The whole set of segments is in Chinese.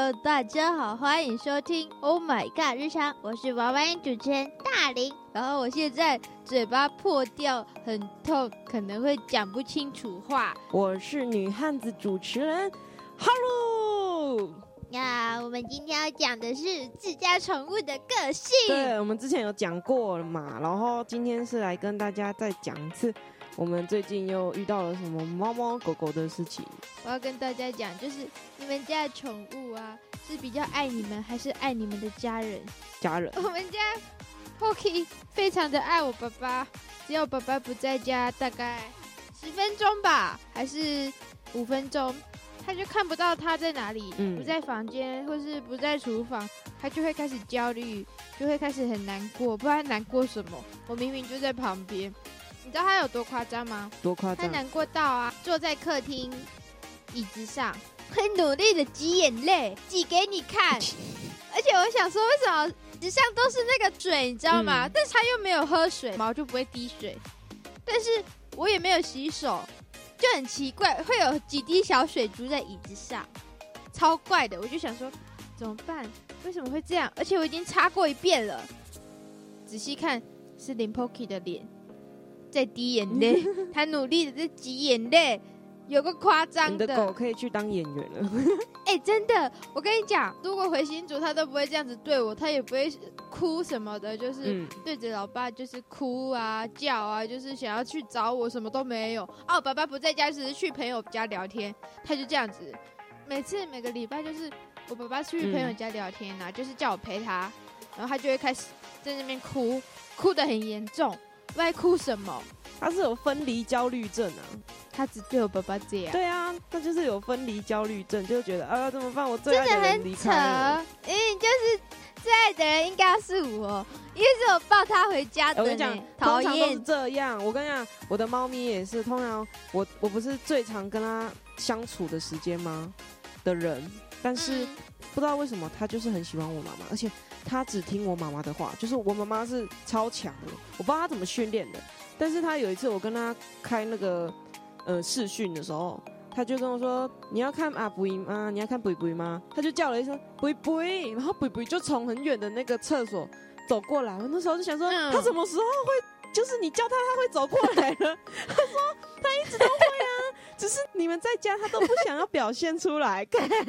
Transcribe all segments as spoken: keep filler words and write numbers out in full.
Hello， 大家好，欢迎收听 Oh My God 日常，我是娃娃音主持人大林。然后我现在嘴巴破掉，很痛，可能会讲不清楚话。 我是女汉子主持人 Hello。 那我们今天要讲的是自家宠物的个性。 对，我们之前有讲过了嘛，然后今天是来跟大家再讲一次，我们最近又遇到了什么猫猫狗狗的事情。 我要跟大家讲，就是你们家的宠物啊，是比较爱你们，还是爱你们的家人？ 家人。 我们家 Pocky 非常的爱我爸爸，只要我爸爸不在家，大概十分钟吧，还是五分钟。他就看不到他在哪里，嗯、不在房间或是不在厨房，他就会开始焦虑，就会开始很难过，不知道他难过什么。我明明就在旁边，你知道他有多夸张吗？ 多夸张！ 他难过到啊，坐在客厅椅子上，很努力的挤眼泪，挤给你看。而且我想说，为什么椅子上都是那个水，你知道吗？嗯、但是他又没有喝水，毛就不会滴水。但是我也没有洗手。就很奇怪，会有几滴小水珠在椅子上，超怪的。我就想说，怎么办？为什么会这样？而且我已经擦过一遍了。仔细看，是林 Pocky 的脸在滴眼泪，他努力的在挤眼泪，有个夸张的。 你的狗可以去当演员了。 哎、欸，真的，我跟你讲，如果回新竹，他都不会这样子对我，他也不会哭什么的，就是对着老爸就是哭啊叫啊，就是想要去找我，什么都没有。啊，我爸爸不在家，只是去朋友家聊天，他就这样子。每次每个礼拜就是我爸爸去朋友家聊天啊，嗯、就是叫我陪他，然后他就会开始在那边哭，哭得很严重。不知道哭什么？ 他是有分离焦虑症啊。 他只对我爸爸这样。 对啊，他就是有分离焦虑症，就觉得啊怎么办？我最爱的人离开了。 真的很扯，嗯，就是最爱的人应该是我，因为是我抱他回家的。 我跟你讲，通常都是这样。我跟你讲，我的猫咪也是，通常我我不是最常跟他相处的时间吗的人，但是、嗯、不知道为什么他就是很喜欢我妈妈，而且他只听我妈妈的话，就是我妈妈是超强的，我不知道他怎么训练的。但是他有一次我跟他开那个呃视讯的时候，他就跟我说：“你要看阿布吗？你要看布布吗？”他就叫了一声“布布”，然后布布就从很远的那个厕所走过来。我那时候就想说，嗯、他什么时候会，就是你叫他，他会走过来了？他说他一直都会啊，只是你们在家他都不想要表现出来。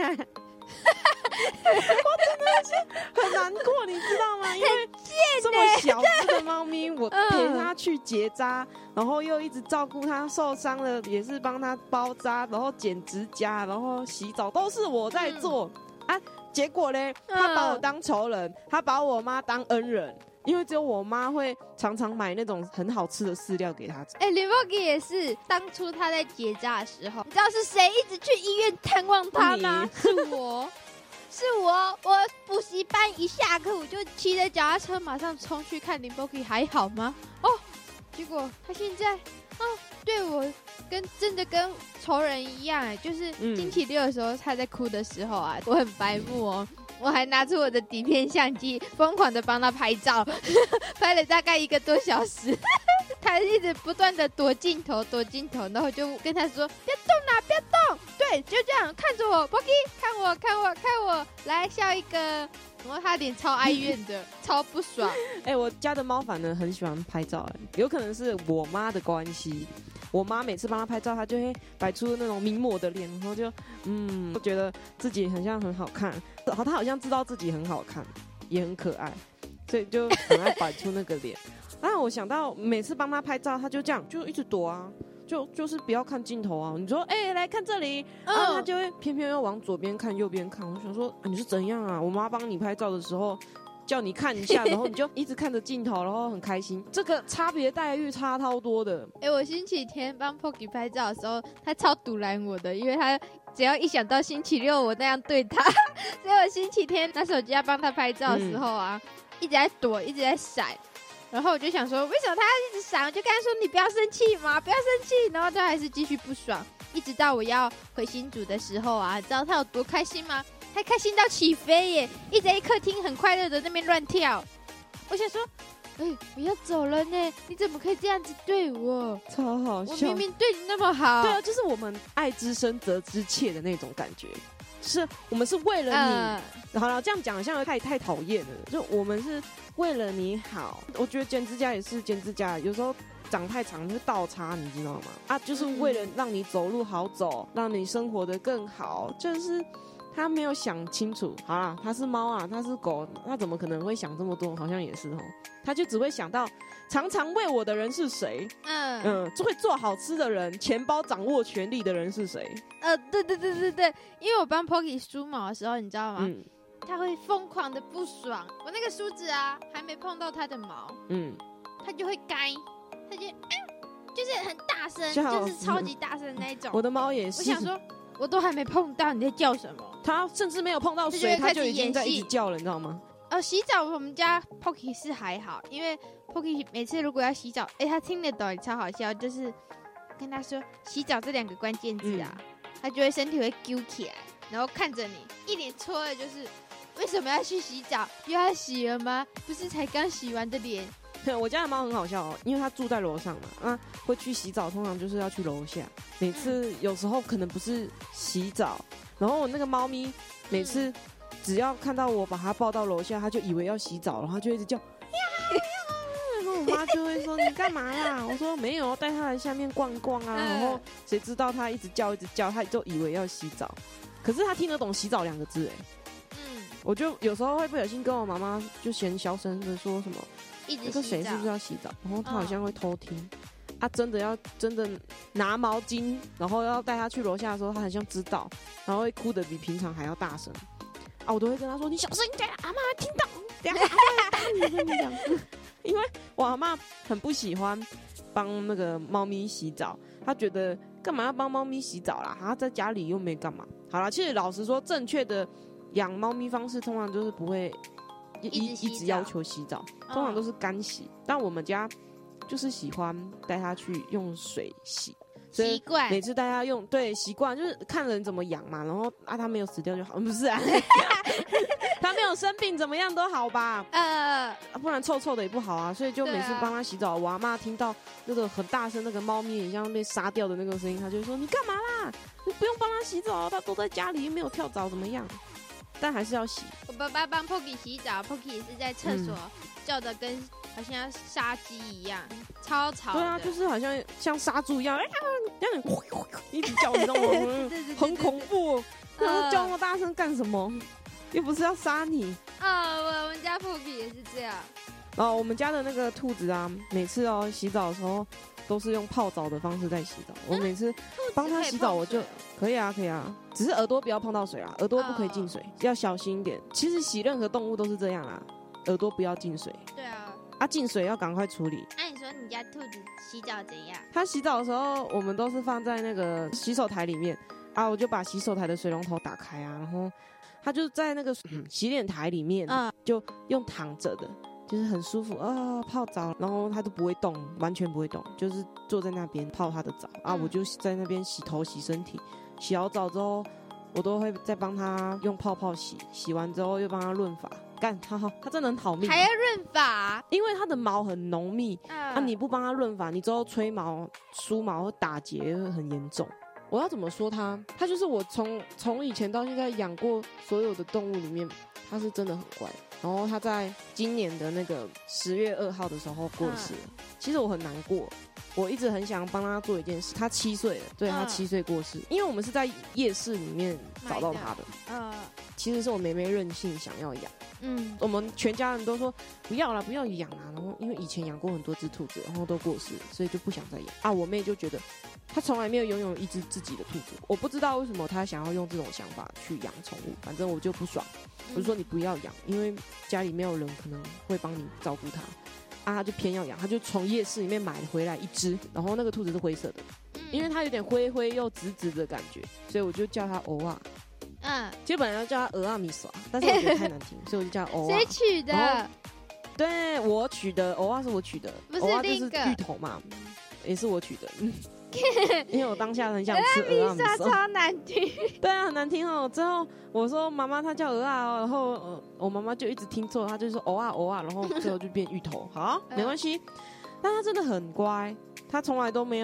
我真的是很难过，你知道吗？因为这么小只的猫咪，我陪它去结扎，然后又一直照顾它，受伤了也是帮它包扎，然后剪指甲，然后洗澡，都是我在做、嗯、啊。结果呢，他把我当仇人，他把我妈当恩人。因为只有我妈会常常买那种很好吃的饲料给她吃。 哎、欸，林 Pocky 也是，当初他在结扎的时候，你知道是谁一直去医院探望他吗？是我，是我。我补习班一下课，我就骑着脚踏车马上冲去看林 Pocky 还好吗？哦，结果他现在哦对我跟真的跟仇人一样，哎，就是星期六的时候他在哭的时候啊，我很白目哦。我还拿出我的底片相机，疯狂的帮他拍照，拍了大概一个多小时。他一直不断的躲镜头，躲镜头，然后我就跟他说：“不要动啦，不要动！”对，就这样看着我 ，Pocky， 看我，看我，看我，来笑一个。然后他脸超哀怨的，超不爽。 哎、欸，我家的猫反而很喜欢拍照、欸，有可能是我妈的关系。我妈每次帮他拍照，他就会摆出那种明抹的脸，然后就嗯，觉得自己很像很好看，他好像知道自己很好看，也很可爱，所以就很爱摆出那个脸。啊，我想到每次帮他拍照，他就这样，就一直躲啊，就就是不要看镜头啊。你说，哎、欸，来看这里，然后他就会偏偏要往左边看、右边看。我想说，啊、你是怎样啊？我妈帮你拍照的时候，叫你看一下，然后你就一直看着镜头，然后很开心。这个差别待遇差超多的。 哎、欸，我星期天帮 Pocky 拍照的时候，他超堵拦我的，因为他只要一想到星期六我那样对他，所以我星期天拿手机要帮他拍照的时候啊，嗯、一直在躲，一直在闪。然后我就想说，为什么他要一直闪？我就跟他说：“你不要生气嘛，不要生气。”然后他还是继续不爽，一直到我要回新竹的时候啊，知道他有多开心吗？他开心到起飞耶，一直在客厅很快乐的那边乱跳。我想说，哎、欸，我要走了呢，你怎么可以这样子对我？ 超好笑！ 我明明对你那么好。 对啊，就是我们爱之深责之切的那种感觉。 是我们是为了你。 呃好了，这样讲好像太太讨厌了。就我们是为了你好，我觉得剪指甲也是剪指甲，有时候长太长就是倒插，你知道吗？啊，就是为了让你走路好走，让你生活得更好，就是他没有想清楚。好啦，他是猫啊，他是狗，他怎么可能会想这么多？好像也是哦，他就只会想到常常喂我的人是谁， 嗯嗯，会做好吃的人，钱包掌握权力的人是谁？ 呃，对对对对对，因为我帮 Pocky 梳毛的时候，你知道吗？ 嗯他会疯狂的不爽，我那个梳子啊，还没碰到他的毛， 嗯， 他就会该，他就、嗯、就是很大声， 像就是超级大声的那一种。 我的猫也是。 我想说，我都还没碰到，你在叫什么？ 它甚至没有碰到水，它就已经在一直叫了，你知道吗？ 呃，洗澡我们家 Pocky 是还好，因为 Pocky 每次如果要洗澡，哎、欸，他听得懂，超好笑，就是跟他说洗澡这两个关键字啊，嗯、他就会身体会揪起来，然后看着你，一脸错愕，就是为什么要去洗澡？又要洗了吗？不是才刚洗完的脸。 我家的猫很好笑哦，因为它住在楼上嘛，啊，会去洗澡，通常就是要去楼下。每次有时候可能不是洗澡，然后我那个猫咪每次只要看到我把它抱到楼下，它就以为要洗澡，然后它就一直叫呀呀，然后我妈就会说你干嘛啦？我说没有，带它来下面逛逛啊。然后谁知道它一直叫一直叫，它就以为要洗澡，可是它听得懂洗澡两个字哎。我就有时候会不小心跟我妈妈就嫌小声的说什么，那个谁是不是要洗澡？然后她好像会偷听。哦、啊，真的要真的拿毛巾，然后要带她去楼下的时候，她好像知道，然后会哭得比平常还要大声。啊，我都会跟她说：“你小声一点，阿嬷听到，等下阿嬷打你。”跟你讲，因为我阿嬷很不喜欢帮那个猫咪洗澡，她觉得干嘛要帮猫咪洗澡啦？她在家里又没干嘛。好啦，其实老实说，正确的养猫咪方式通常就是不会一一一直要求洗澡，通常都是干洗。哦、但我们家就是喜欢带它去用水洗，所以每次带它用对习惯就是看人怎么养嘛，然后啊它没有死掉就好，不是啊，它没有生病怎么样都好吧，呃，啊、不然臭臭的也不好啊，所以就每次帮它洗澡，我阿嬷听到那个很大声那个猫咪很像被杀掉的那个声音，她就会说你干嘛啦？你不用帮它洗澡，它都在家里没有跳蚤怎么样？但还是要洗。我爸爸帮 Pocky 洗澡 ，Pocky 也是在厕所、嗯、叫的跟好像杀鸡一样，超吵的。 对啊，就是好像像杀猪一样，哎呀，这样一直叫，你知道吗？很恐怖、哦。呃、叫那么大声干什么？又不是要殺你。 啊、哦，我们家 Pocky 也是这样。 哦，我们家的那个兔子啊，每次哦洗澡的时候都是用泡澡的方式在洗澡。嗯、我每次帮它洗澡，我就可以啊，可以啊，只是耳朵不要碰到水啊，耳朵不可以进水，哦、要小心一点。其实洗任何动物都是这样啊，耳朵不要进水。 对啊， 啊进水要赶快处理。 那、啊、你说你家兔子洗澡怎样？ 它洗澡的时候，我们都是放在那个洗手台里面啊，我就把洗手台的水龙头打开啊，然后它就在那个、嗯、洗脸台里面，嗯、就用躺着的。就是很舒服啊，泡澡，然后他都不会动，完全不会动，就是坐在那边泡他的澡啊，我就在那边洗头洗身体，洗好澡之后，我都会再帮他用泡泡洗，洗完之后又帮他润发，干他他真的很好命， 还要润发， 因为他的毛很浓密，嗯、啊，你不帮他润发，你之后吹毛、梳毛或打结会很严重。我要怎么说他？他就是我从从以前到现在养过所有的动物里面，他是真的很乖。然后他在今年的那个十月二号的时候过世了，嗯、其实我很难过，我一直很想帮他做一件事。他七岁了，对、嗯、他七岁过世，因为我们是在夜市里面找到他的。嗯，其实是我妹妹任性想要养，嗯，我们全家人都说不要啦，不要养啦。然后因为以前养过很多只兔子，然后都过世了，所以就不想再养啊。我妹就觉得她从来没有拥有一只自己的兔子，我不知道为什么她想要用这种想法去养宠物，反正我就不爽。我就说你不要养，因为家里没有人可能会帮你照顾它啊，他就偏要养，他就从夜市里面买回来一只，然后那个兔子是灰色的，因为它有点灰灰又紫紫的感觉，所以我就叫它欧啊。嗯，其实本来要叫它鹅啊米耍，但是我觉得太难听，所以我就叫欧啊。 谁取的？ 对我取的，欧啊是我取的，欧啊就是芋头嘛，也是我取的。因为我当下很想吃鹅啊米耍， 超难听。 对啊，很难听哦。之后我说妈妈，它叫鹅啊哦，然后、呃、我妈妈就一直听错，她就说偶啊偶啊，然后最后就变芋头。好，没关系。但它真的很乖，它从来都没有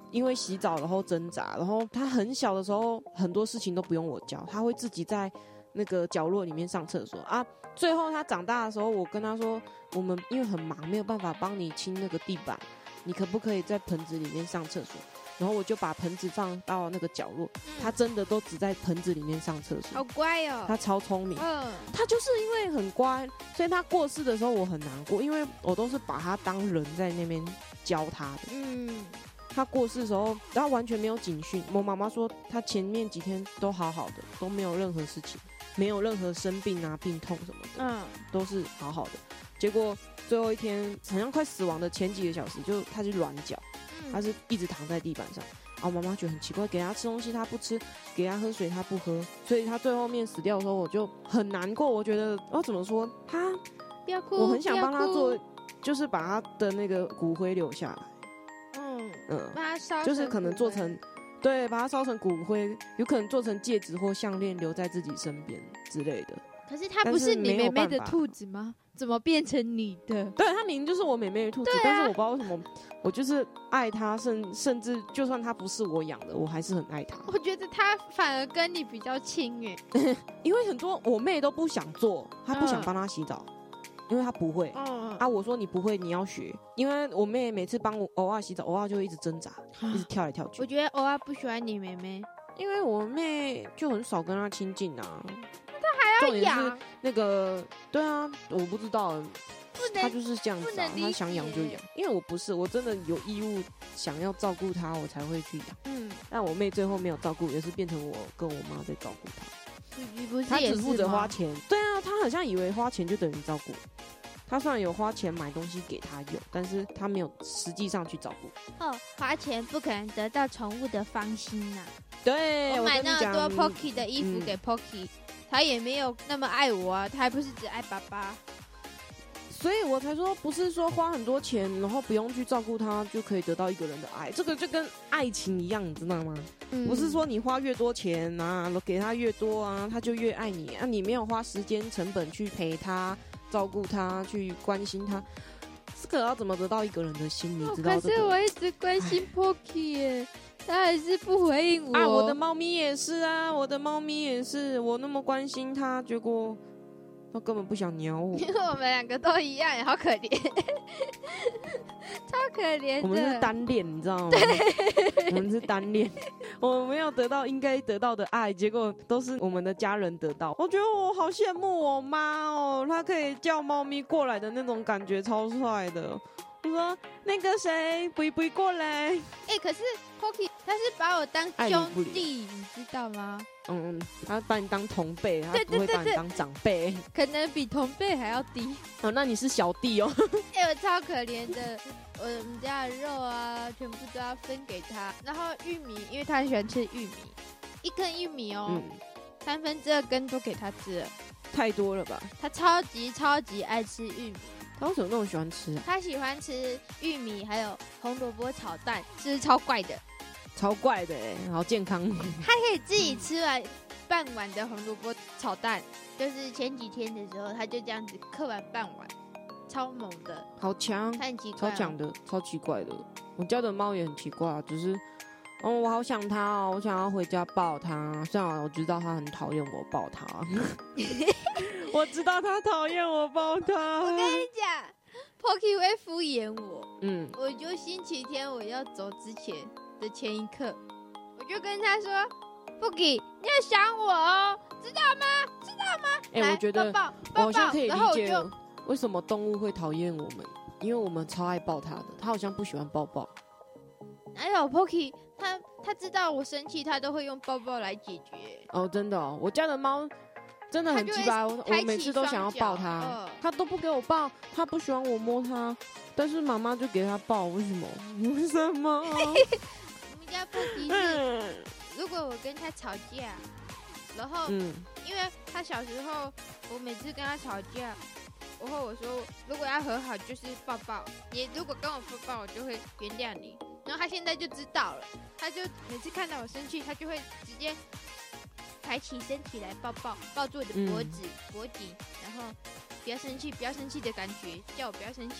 因为洗澡然后挣扎，然后他很小的时候很多事情都不用我教，他会自己在那个角落里面上厕所啊。最后他长大的时候，我跟他说，我们因为很忙，没有办法帮你清那个地板，你可不可以在盆子里面上厕所？然后我就把盆子放到那个角落，嗯、他真的都只在盆子里面上厕所， 好乖哦， 他超聪明。 嗯， 他就是因为很乖，所以他过世的时候我很难过，因为我都是把他当人在那边教他的。嗯，他过世的时候，然后完全没有警讯。我妈妈说他前面几天都好好的，都没有任何事情，没有任何生病啊、病痛什么的，嗯，都是好好的。结果最后一天，好像快死亡的前几个小时，就他就软脚。他是一直躺在地板上，然后妈妈觉得很奇怪，给他吃东西他不吃，给他喝水他不喝，所以他最后面死掉的时候，我就很难过。我觉得哦，怎么说他？ 不要哭， 我很想帮他做，就是把他的那个骨灰留下来。 嗯嗯，把它烧， 就是可能做成，对，把它烧成骨灰，有可能做成戒指或项链留在自己身边之类的。 可是它不是你妹妹的兔子吗？怎么变成你的？ 对，它明明就是我妹妹的兔子，啊、但是我不知道为什么，我就是爱它，甚甚至就算它不是我养的，我还是很爱它。 我觉得它反而跟你比较亲耶， 因为很多我妹都不想做，她不想帮她洗澡，嗯、因为她不会。嗯啊，我说你不会，你要学，因为我妹每次帮我偶尔洗澡，偶尔就会一直挣扎，一直跳来跳去。 我觉得偶尔不喜欢你妹妹， 因为我妹就很少跟她亲近啊。 他还要养那个，对啊，我不知道，他就是这样子啊，他想养就养。因为我不是，我真的有义务想要照顾他，我才会去养。嗯，但我妹最后没有照顾，也是变成我跟我妈在照顾她。 你不是她只负责花钱，对啊，她好像以为花钱就等于照顾。她虽然有花钱买东西给她用，但是她没有实际上去照顾。 哦，花钱不可能得到宠物的芳心呐、啊。 对， 我买那么多 Pocky 的衣服给 Pocky。嗯，他也没有那么爱我啊，他还不是只爱爸爸， 所以我才说，不是说花很多钱，然后不用去照顾他，就可以得到一个人的爱。这个就跟爱情一样，你知道吗？嗯、不是说你花越多钱啊，给他越多啊，他就越爱你啊。你没有花时间成本去陪他、照顾他、去关心他，这个要怎么得到一个人的心？你知道、这个？ 可是我一直关心 Pocky 耶。他还是不回应我啊！我的猫咪也是啊，我的猫咪也是，我那么关心它，结果它根本不想鸟我。 因为我们两个都一样，好可怜，超可怜的。 我们是单恋，你知道吗？我们是单恋，我们没有得到应该得到的爱，结果都是我们的家人得到。我觉得我好羡慕我妈哦，她可以叫猫咪过来的那种感觉，超帅的。我说那个谁，不不过来。哎、 欸，可是 Pocky 他是把我当兄弟，你知道吗？ 嗯嗯，他把你当同辈，他不会把你当长辈， 可能比同辈还要低。 哦，那你是小弟哦。 哎、欸，我超可怜的，我们家的肉啊，全部都要分给他。然后玉米，因为他很喜欢吃玉米，一根玉米哦，嗯、三分之二根都给他吃了。 太多了吧？ 他超级超级爱吃玉米。 他为什么那么喜欢吃啊？ 他喜欢吃玉米，还有红萝卜炒蛋，是超怪的， 超怪的哎、欸，好健康。 他可以自己吃完半碗的红萝卜炒蛋，就是前几天的时候，他就这样子嗑完半碗，超猛的， 好强， 他很奇怪、哦， 超强的，超奇怪的。我家的猫也很奇怪，只是哦，我好想它哦，我想要回家抱它。虽然我知道它很讨厌我抱它。我知道他讨厌我抱他。 我跟你讲 ，Pocky 会敷衍我。嗯，我就星期天我要走之前的前一刻，我就跟他说 ：“Pocky，你要想我哦，知道吗？知道吗？” 哎、欸，我觉得抱抱我好像可以理解了为什么动物会讨厌我们，因为我们超爱抱它的，它好像不喜欢抱抱。 哪有 Pocky， 他他知道我生气，他都会用抱抱来解决。 哦，真的哦，我家的猫。真的很鸡巴，我我每次都想要抱它，呃、它都不给我抱，它不喜欢我摸它，但是妈妈就给它抱，为什么？为什么？我们家Pocky是，如果我跟他吵架，然后，嗯、因为他小时候，我每次跟他吵架，然后我说如果要和好就是抱抱，你如果跟我抱抱，我就会原谅你。然后他现在就知道了，他就每次看到我生气，他就会直接。抬起身体来抱抱，抱住我的脖子、嗯、脖颈，然后不要生气，不要生气的感觉，叫我不要生气，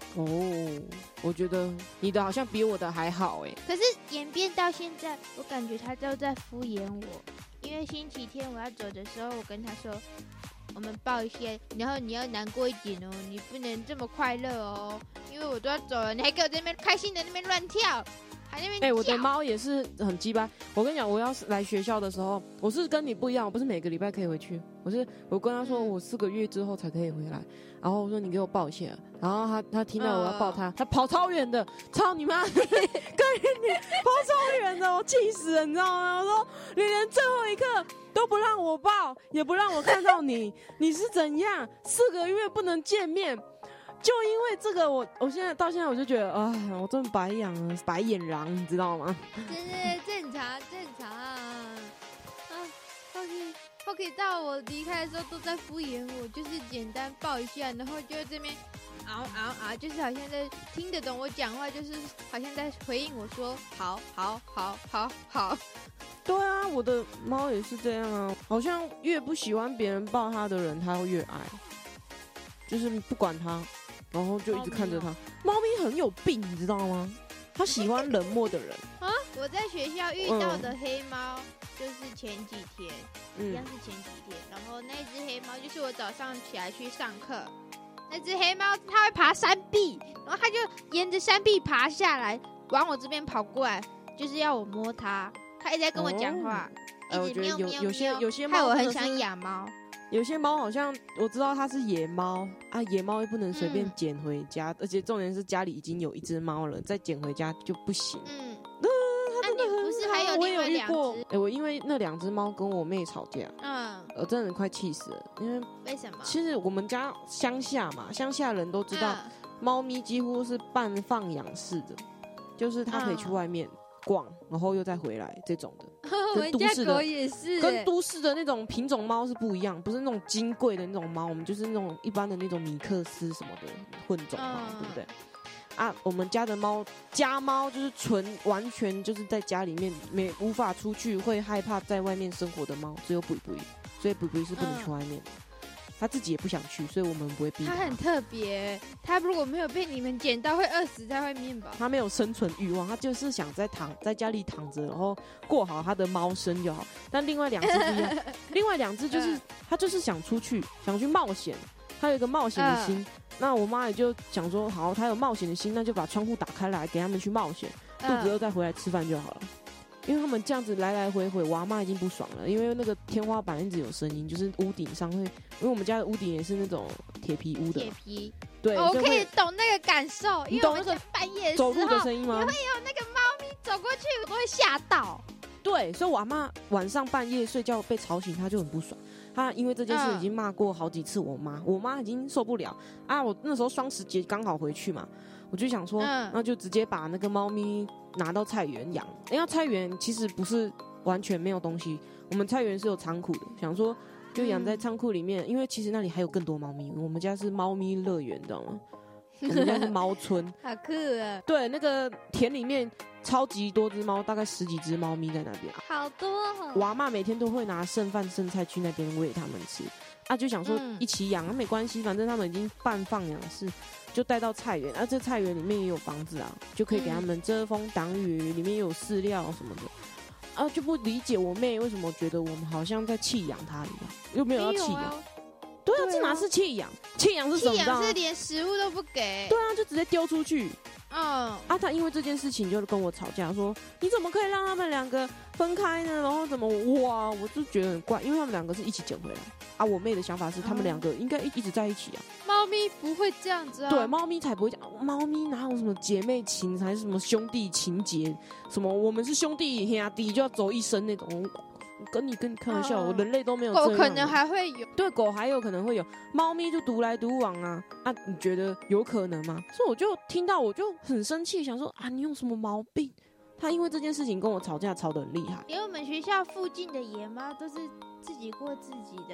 哦，我觉得你的好像比我的还好哎。 可是演变到现在，我感觉他都在敷衍我。因为星期天我要走的时候，我跟他说，我们抱一下，然后你要难过一点哦，你不能这么快乐哦，因为我都要走了，你还给我在那边开心的那边乱跳。还那边哎、欸，我的猫也是很鸡掰。我跟你讲，我要是来学校的时候，我是跟你不一样，我不是每个礼拜可以回去，我是我跟他说我四个月之后才可以回来，然后我说你给我抱一下，然后他他听到我要抱他，嗯、他跑超远的，操你妈，跟你跑超远的，我气死了，你知道吗？我说你连最后一刻都不让我抱，也不让我看到你，你是怎样？四个月不能见面。就因为这个我，我我现在到现在我就觉得啊，我真的白养了，白眼狼，你知道吗？ 对对，正常正常啊。啊 ，OK OK， 到我离开的时候都在敷衍我，就是简单抱一下，然后就这边嗷嗷嗷，就是好像在听得懂我讲话，就是好像在回应我说好好好好好。 对啊，我的猫也是这样啊，好像越不喜欢别人抱它的人，它会越爱，就是不管它。然后就一直看着它。猫咪很有病，你知道吗？它喜欢冷漠的人啊！我在学校遇到的黑猫，嗯、就是前几天，一样是前几天。然后那只黑猫就是我早上起来去上课，那只黑猫它会爬山壁，然后它就沿着山壁爬下来，往我这边跑过来，就是要我摸它。它一直在跟我讲话， 哦、 一直喵喵喵， 有些有些猫，害我很想养猫。 有些猫好像我知道它是野猫啊，野猫又不能随便捡回家，嗯、而且重点是家里已经有一只猫了，再捡回家就不行。嗯，啊，它真的很好， 不是还有另外两只？ 哎、欸，我因为那两只猫跟我妹吵架，嗯，我真的快气死了。因为为什么？ 其实我们家乡下嘛，乡下人都知道，猫、嗯、咪几乎是半放养式的，就是它可以去外面逛，嗯、然后又再回来这种的。 我们家狗也是， 跟都市的那种品种猫是不一样，不是那种金贵的那种猫，我们就是那种一般的那种米克斯什么的混种猫，嗯、对不对？啊，我们家的猫家猫就是纯完全就是在家里面没无法出去，会害怕在外面生活的猫，只有布布，所以布布是不能去外面的。嗯他自己也不想去，所以我们不会逼他。 他很特别，他如果没有被你们捡到，会饿死在外面吧？ 他没有生存欲望，他就是想在躺在家里躺着，然后过好他的猫生就好。但另外两只不一样，另外两只就是他就是想出去，想去冒险，他有一个冒险的心。呃、那我妈也就想说，好，他有冒险的心，那就把窗户打开来，给他们去冒险，肚子饿再回来吃饭就好了。因为他们这样子来来回回，我阿嬷已经不爽了，因为那个天花板一直有声音，就是屋顶上会，因为我们家的屋顶也是那种铁皮屋的， 铁皮， 对， 哦、我可以懂那个感受， 你懂那个半夜走路的声音吗？ 你会有那个猫咪走过去，我都会吓到。 对，所以我阿嬷晚上半夜睡觉被吵醒，她就很不爽。她因为这件事已经骂过好几次我妈，我妈已经受不了啊。我那时候双十节刚好回去嘛。我就想说，嗯、那就直接把那个猫咪拿到菜园养。因为菜园其实不是完全没有东西，我们菜园是有仓库的。想说就养在仓库里面，嗯、因为其实那里还有更多猫咪。我们家是猫咪乐园，知道吗？我们家是猫村， 好酷啊！ 对，那个田里面超级多只猫，大概十几只猫咪在那边， 好多哦。 我阿嬷每天都会拿剩饭剩菜去那边喂它们吃。啊，就想说一起养，嗯、没关系，反正他们已经半放养式，就带到菜园。啊，这菜园里面也有房子啊，就可以给他们遮风挡雨，里面也有饲料什么的。啊，就不理解我妹为什么觉得我们好像在弃养她一样，又没有要弃养。对啊，这哪是弃养？弃养是什么？ 弃养是连食物都不给。 对啊，就直接丢出去。 嗯， 啊，他因为这件事情就跟我吵架，说你怎么可以让他们两个分开呢？然后怎么哇，我就觉得很怪，因为他们两个是一起捡回来啊。我妹的想法是，他们两个应该一一直在一起啊。 猫咪不会这样子啊。 对，猫咪才不会讲，猫咪哪有什么姐妹情，还是什么兄弟情节？什么我们是兄弟兄弟就要走一生那种。跟你跟你开玩笑，我、嗯、人类都没有这样。 狗可能还会有， 对，狗还有可能会有，猫咪就独来独往啊啊！你觉得有可能吗？所以我就听到我就很生气，想说啊，你有什么毛病？他因为这件事情跟我吵架，吵得很厉害。 连我们学校附近的野猫都是自己过自己的，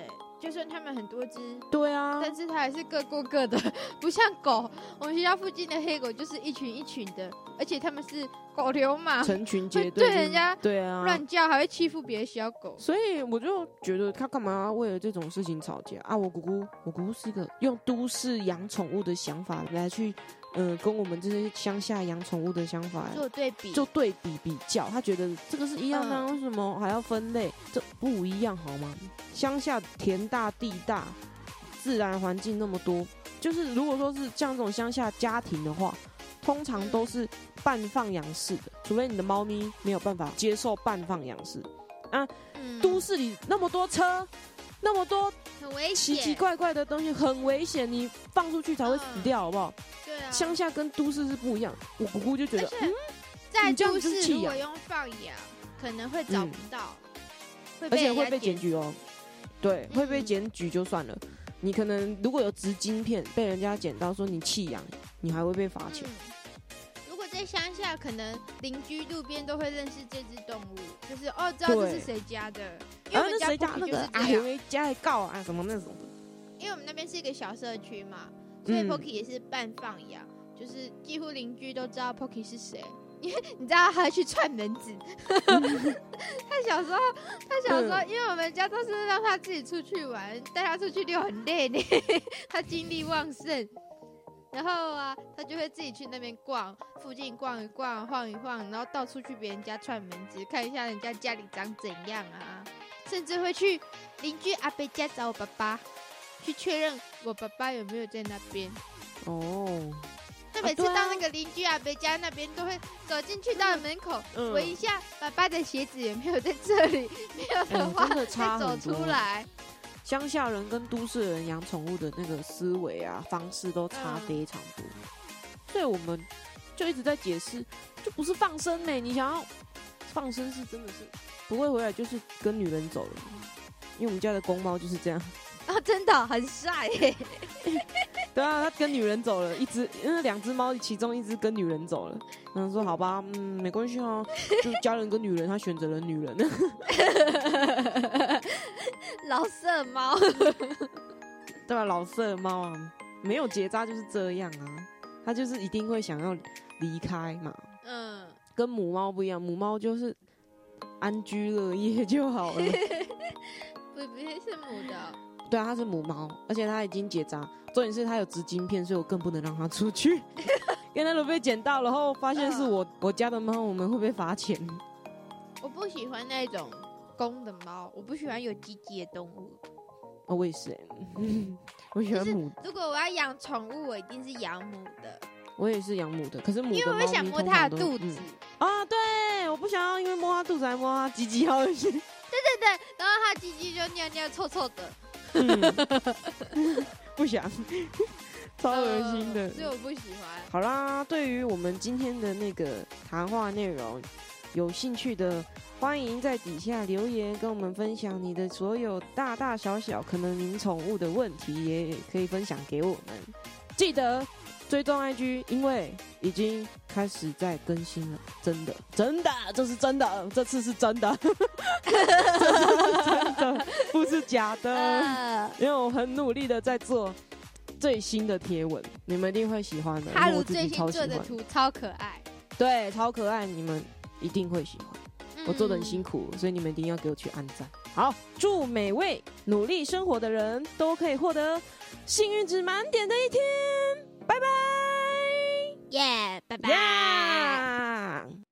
就算他们很多只， 对啊， 但是它还是各过各的，不像狗。我们学校附近的黑狗就是一群一群的，而且他们是狗流氓， 成群结队， 对人家对啊乱叫，还会欺负别的小狗。 所以我就觉得他干嘛要为了这种事情吵架啊？我姑姑，我姑姑是一个用都市养宠物的想法来去。嗯，跟我们这些乡下养宠物的想法做对比， 做对比比较，他觉得这个是一样的、啊，为、嗯、什么还要分类？这不一样好吗？乡下田大地大，自然环境那么多，就是如果说是像这种乡下家庭的话，通常都是半放养式的，除非你的猫咪没有办法接受半放养式啊。嗯、都市里那么多车，那么多很危险， 奇奇怪怪的东西，很危险，你放出去才会死掉，好不好？ 对啊， 乡下跟都市是不一样，我姑姑就觉得，嗯， 在都市如果用放养，可能会找不到， 嗯、而且会被检举哦。对， 嗯、 会被检举就算了，你可能如果有植晶片被人家捡到说你弃养，你还会被罚钱。 嗯、如果在乡下，可能邻居路边都会认识这只动物，就是哦，知道这是谁家的，因为我们家 Pocky 就是这样， 啊，有家里告啊什么那种的。 因为我们那边是一个小社区嘛。所以 Pocky 也是半放养、嗯，就是几乎邻居都知道 Pocky 是谁，因为你知道他去串门子。他小时候，他小时候，因为我们家都是让他自己出去玩，带他出去溜很累呢，他精力旺盛。然后啊，他就会自己去那边逛，附近逛一逛，晃一晃，然后到处去别人家串门子，看一下人家家里长怎样啊，甚至会去邻居阿伯家找我爸爸。去确认我爸爸有没有在那边哦。 他每次到那个邻居阿伯家那边，都会走进去到门口，闻、嗯、一下爸爸的鞋子有没有在这里，没有的话、嗯、再走出来。 乡下人跟都市人养宠物的那个思维啊方式都差非常多，嗯、所以我们就一直在解释，就不是放生呢、欸。你想要放生是真的是不会回来，就是跟女人走了，因为我们家的公猫就是这样。 啊、哦，真的、哦、很帅耶！ 对啊，他跟女人走了，一只，因为两只猫，其中一只跟女人走了。然后说好吧，嗯，没关系啊，就家人跟女人，他选择了女人。 老色猫， 对吧？老色猫啊，没有结扎就是这样啊，他就是一定会想要离开嘛。嗯，跟母猫不一样，母猫就是安居乐业就好了。 不不是母的。 对啊，它是母猫，而且它已经结扎。重点是它有植晶片，所以我更不能让它出去。因为它如果被捡到，然后发现是我、呃、我家的猫，我们会被罚钱。 我不喜欢那种公的猫，我不喜欢有鸡鸡的动物。 哦，我也是、欸，我喜欢母的。 如果我要养宠物，我一定是养母的。 我也是养母的，可是母的因为我会想摸它的肚子、嗯、 啊，对，我不想要因为摸它肚子还摸它鸡鸡，好恶心。 对对对，然后它鸡鸡就尿尿臭臭的。 嗯，不想，超恶心的、呃， 所以我不喜欢。 好啦，对于我们今天的那个谈话内容，有兴趣的欢迎在底下留言，跟我们分享你的所有大大小小可能您宠物的问题，也可以分享给我们。记得追踪 I G， 因为已经开始在更新了，真的，真的，这是真的，这次是真的，这次是真的，不是假的，呃、因为我很努力的在做最新的贴文，你们一定会喜欢的。 哈鲁最新做的图超可爱， 对，超可爱，你们一定会喜欢。嗯、我做的很辛苦，所以你们一定要给我去按赞。好，祝每位努力生活的人都可以获得幸运值满点的一天。拜拜， 耶，拜拜。 Yeah!